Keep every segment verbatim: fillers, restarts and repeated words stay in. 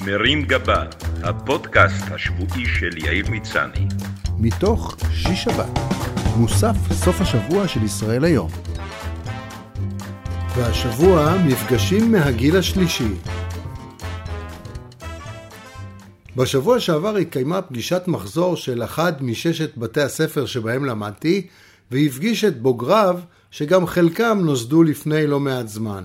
מרים גבה, הפודקאסט השבועי של יאיר מצני. מתוך שיש שבת, מוסף סוף השבוע של ישראל היום. והשבוע מפגשים מהגיל השלישי. בשבוע שעבר התקיימה פגישת מחזור של אחד מששת בתי הספר שבהם למדתי, והפגיש את בוגריו שגם חלקם נוסדו לפני לא מעט זמן.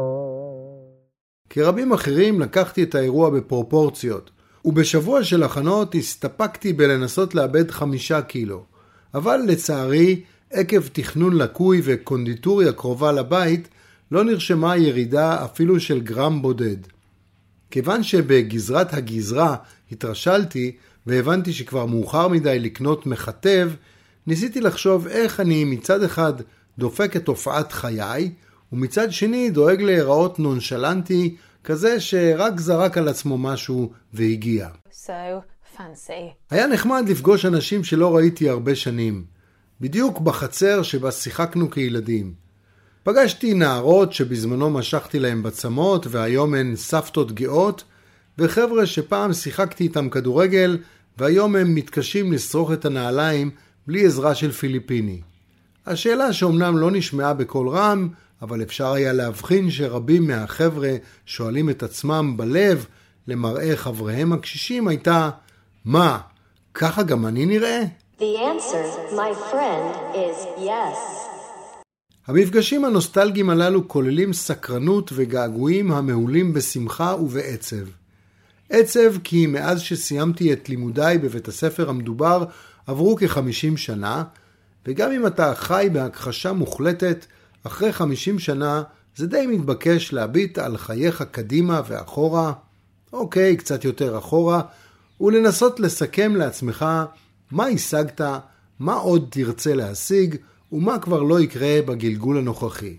כרבים אחרים לקחתי את האירוע בפרופורציות, ובשבוע של הכנות הסתפקתי בלנסות לאבד חמישה קילו. אבל לצערי, עקב תכנון לקוי וקונדיטוריה קרובה לבית, לא נרשמה ירידה אפילו של גרם בודד. כיוון שבגזרת הגזרה התרשלתי והבנתי שכבר מאוחר מדי לקנות מחטב, ניסיתי לחשוב איך אני מצד אחד דופק את תופעת חיי, ומצד שני דואג להיראות נונשלנטי כזה שרק זרק על עצמו משהו והגיע. So fancy. היה נחמד לפגוש אנשים שלא ראיתי הרבה שנים, בדיוק בחצר שבה שיחקנו כילדים. פגשתי נערות שבזמנו משכתי להם בצמות והיום הן סבתות גאות, וחבר'ה שפעם שיחקתי איתם כדורגל והיום הם מתקשים לשרוך את הנעליים בלי עזרה של פיליפיני. השאלה שאומנם לא נשמעה בכל רם, אבל אפשר היה להבחין שרבים מהחבר'ה שואלים את עצמם בלב למראה חבריהם הקשישים הייתה, מה, ככה גם אני נראה? The answer, my friend, is yes. המפגשים הנוסטלגיים הללו כוללים סקרנות וגעגועים המהולים בשמחה ובעצב. עצב כי מאז שסיימתי את לימודיי בבית הספר המדובר עברו כ-חמישים שנה, וגם אם אתה חי בהכחשה מוחלטת, אחרי חמישים שנה זה די מתבקש להביט על חייך קדימה ואחורה, אוקיי, קצת יותר אחורה, ולנסות לסכם לעצמך מה השגת, מה עוד תרצה להשיג, ומה כבר לא יקרה בגלגול הנוכחי.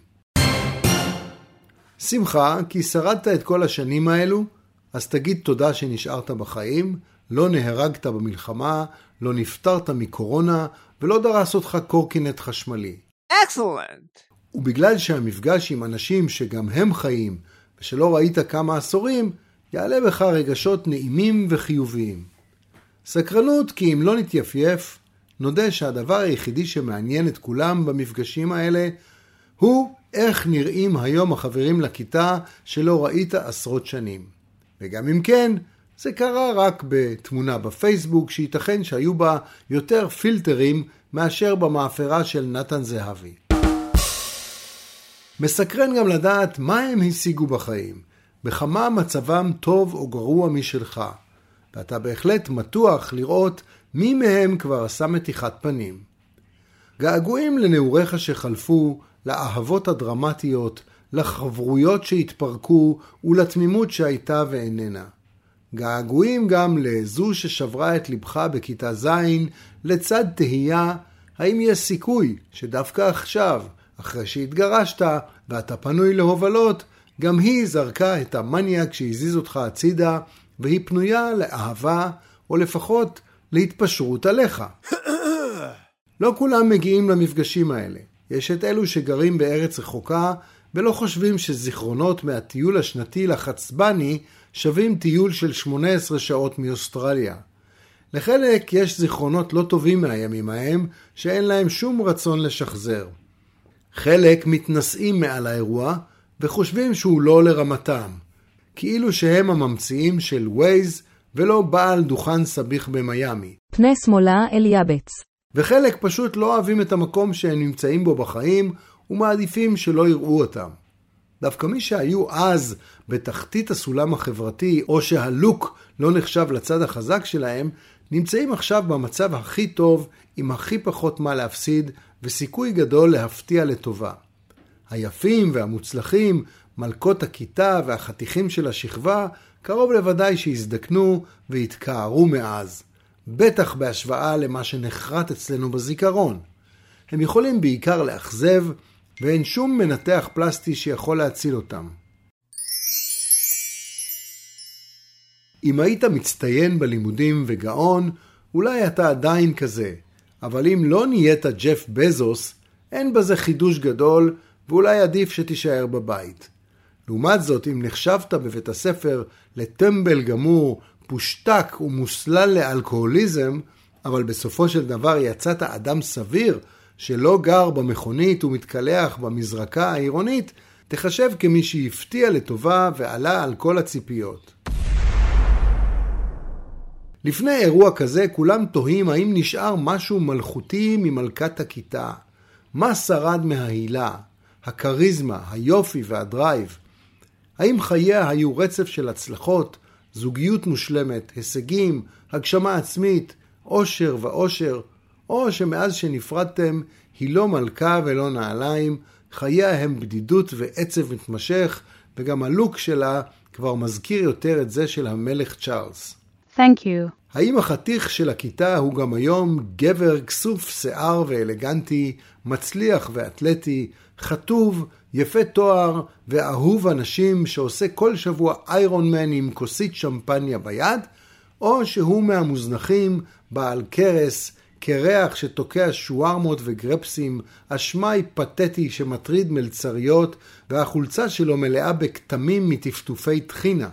שמחה, כי שרדת את כל השנים האלו, אז תגיד תודה שנשארת בחיים, לא נהרגת במלחמה, לא נפטרת מקורונה, ולא דרס אותך קורקינט חשמלי. Excellent! ובגלל שהמפגש עם אנשים שגם הם חיים, ושלא ראית כמה עשורים, יעלה בך רגשות נעימים וחיוביים. סקרנות, כי אם לא נתייפייף, נודה שהדבר היחידי שמעניין את כולם במפגשים האלה, הוא איך נראים היום החברים לכיתה שלא ראית עשרות שנים. וגם אם כן, זה קרה רק בתמונה בפייסבוק שייתכן שהיו בה יותר פילטרים מאשר במאפרה של נתן זהבי. מסקרן גם לדעת מה הם השיגו בחיים, בכמה מצבם טוב או גרוע משלך, ואתה בהחלט מתוח לראות מי מהם כבר עשה מתיחת פנים. געגועים לנעוריך שחלפו, לאהבות הדרמטיות, לחברויות שהתפרקו ולתמימות שהייתה ואיננה. געגועים גם לזו ששברה את לבך בכיתה זין, לצד תהייה, האם יש סיכוי שדווקא עכשיו, אחרי שהתגרשת ואתה פנוי להובלות, גם היא זרקה את המניאק שהזיז אותך הצידה, והיא פנויה לאהבה, או לפחות להתפשרות עליך. לא כולם מגיעים למפגשים האלה. יש את אלו שגרים בארץ רחוקה, ולא חושבים שזיכרונות מהטיול השנתי לחצבני שווים טיול של שמונה עשרה שעות מאוסטרליה. לחלק יש זיכרונות לא טובים מהימים ההם, שאין להם שום רצון לשחזר. חלק מתנסים מעל האירוע, וחושבים שהוא לא לרמתם, כאילו שהם הממציאים של ווייז, ולא בעל דוכן סביך במיימי. פני שמאלה אל יבץ. וחלק פשוט לא אוהבים את המקום שהם נמצאים בו בחיים, ומעדיפים שלא יראו אותם. דווקא מי שהיו אז בתחתית הסולם החברתי, או שהלוק לא נחשב לצד החזק שלהם, נמצאים עכשיו במצב הכי טוב, עם הכי פחות מה להפסיד, וסיכוי גדול להפתיע לטובה. היפים והמוצלחים, מלכות הכיתה והחתיכים של השכבה, קרוב לוודאי שהזדקנו והתקערו מאז. בטח בהשוואה למה שנחרט אצלנו בזיכרון. הם יכולים בעיקר לאכזב, ואין שום מנתח פלסטי שיכול להציל אותם. אם היית מצטיין בלימודים וגאון, אולי אתה עדיין כזה, אבל אם לא נהיית ג'ף בזוס, אין בזה חידוש גדול, ואולי עדיף שתישאר בבית. לעומת זאת, אם נחשבת בבית הספר לטמבל גמור, פושטק ומוסלל לאלכוהוליזם, אבל בסופו של דבר יצאת אדם סביר שלא גר במכונית ומתקלח במזרקה העירונית, תחשב כמי שהפתיע לטובה ועלה על כל הציפיות. לפני אירוע כזה כולם תוהים האם נשאר משהו מלכותי ממלכת הכיתה. מה שרד מההילה, הקריזמה, היופי והדרייב? האם חייה היו רצף של הצלחות, זוגיות מושלמת, הישגים, הגשמה עצמית, אושר ואושר, או שמאז שנפרדתם היא לא מלכה ולא נעליים, חייה הם בדידות ועצב מתמשך, וגם הלוק שלה כבר מזכיר יותר את זה של המלך צ'ארלס. Thank you. האם החתיך של הכיתה הוא גם היום גבר כסוף שיער ואלגנטי, מצליח ואתלטי, חטוב, יפה תואר ואהוב אנשים שעושה כל שבוע איירון מן עם כוסית שמפניה ביד, או שהוא מהמוזנחים, בעל קרס, קרח שתוקע שוארמות וגרפסים, אשמי פתטי שמטריד מלצריות, והחולצה שלו מלאה בכתמים מטפטופי תחינה?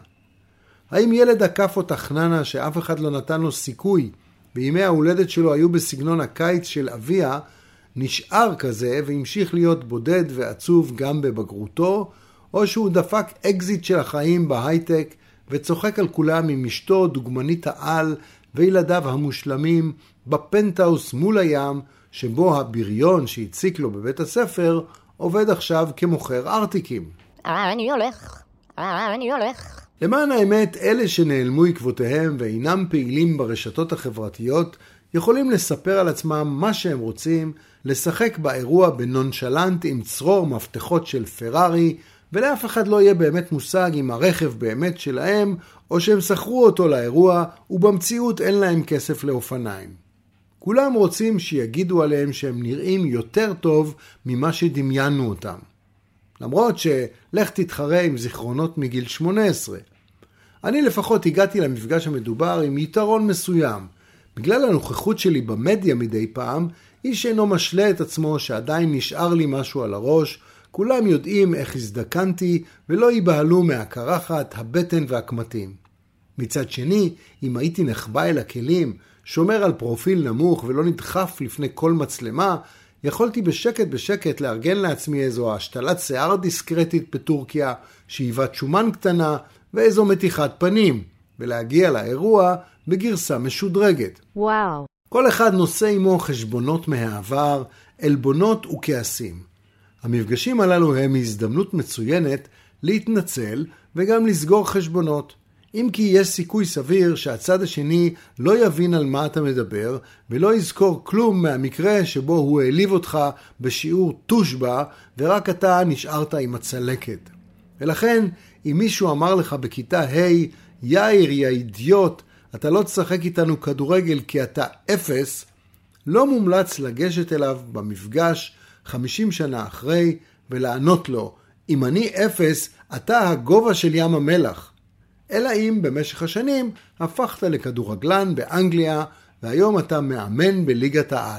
האם ילד עקף או תחננה שאף אחד לא נתן לו סיכוי, בימי ההולדת שלו היו בסגנון הקיץ של אביה, נשאר כזה והמשיך להיות בודד ועצוב גם בבגרותו, או שהוא דפק אקזיט של החיים בהייטק וצוחק על כולם עם אשתו דוגמנית העל וילדיו המושלמים בפנטהאוס מול הים, שבו הבריון שהציק לו בבית הספר עובד עכשיו כמוכר ארטיקים. אני הולך, אני הולך. למען האמת, אלה שנעלמו עקבותיהם ואינם פעילים ברשתות החברתיות יכולים לספר על עצמם מה שהם רוצים, לשחק באירוע בנונשלנט עם צרור מפתחות של פרארי, ולאף אחד לא יהיה באמת מושג אם הרכב באמת שלהם, או שהם שכרו אותו לאירוע, ובמציאות אין להם כסף לאופניים. כולם רוצים שיגידו עליהם שהם נראים יותר טוב ממה שדמיינו אותם. למרות שלך תתחרה עם זיכרונות מגיל שמונה עשרה. אני לפחות הגעתי למפגש המדובר עם יתרון מסוים. בגלל הנוכחות שלי במדיה מדי פעם, איש אינו משלה את עצמו שעדיין נשאר לי משהו על הראש, כולם יודעים איך הזדקנתי ולא ייבהלו מהקרחת, הבטן והקמטים. מצד שני, אם הייתי נחבא אל הכלים, שומר על פרופיל נמוך ולא נדחף לפני כל מצלמה, יכולתי בשקט בשקט לארגן לעצמי איזו השתלת שיער דיסקרטית בטורקיה, שאיבת שומן קטנה ואיזו מתיחת פנים, ולהגיע לאירוע בגרסה משודרגת. וואו. כל אחד נושא עמו חשבונות מהעבר, אלבונות וכעסים. המפגשים הללו הם הזדמנות מצוינת להתנצל וגם לסגור חשבונות. אם כי יש סיכוי סביר שהצד השני לא יבין על מה אתה מדבר, ולא יזכור כלום מהמקרה שבו הוא העליב אותך בשיעור תושבע, ורק אתה נשארת עם הצלקת. ולכן, אם מישהו אמר לך בכיתה היי, יאיר יא אידיוט, אתה לא תשחק איתנו כדורגל כי אתה אפס, לא מומלץ לגשת אליו במפגש חמישים שנה אחרי, ולענות לו, אם אני אפס, אתה הגובה של ים המלח. אלא אם במשך השנים הפכת לכדורגלן באנגליה, והיום אתה מאמן בליגת העל.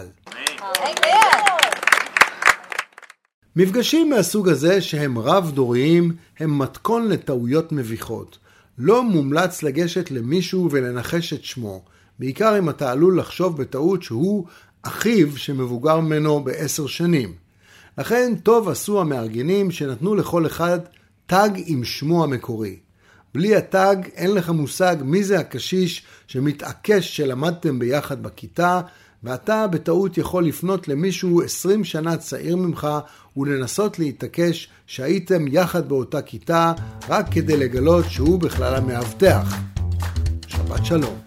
מפגשים מהסוג הזה שהם רב דוריים הם מתכון לטעויות מביכות. לא מומלץ לגשת למישהו ולנחש את שמו, בעיקר אם אתה עלול לחשוב בטעות שהוא אחיו שמבוגר ממנו בעשר שנים. לכן טוב עשו המארגנים שנתנו לכל אחד טאג עם שמו המקורי. בלי הטאג אין לך מושג מי זה הקשיש שמתעקש שלמדתם ביחד בכיתה, ואתה בטעות יכול לפנות למישהו עשרים שנה צעיר ממך ולנסות להתעקש שהייתם יחד באותה כיתה רק כדי לגלות שהוא בכלל המאבטח. שבת שלום.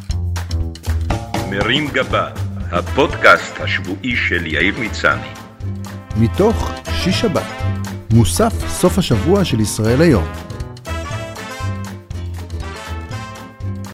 מרים גבה, הפודקאסט השבועי של יאיר מצני. מתוך שיש שבת, מוסף סוף השבוע של ישראל היום.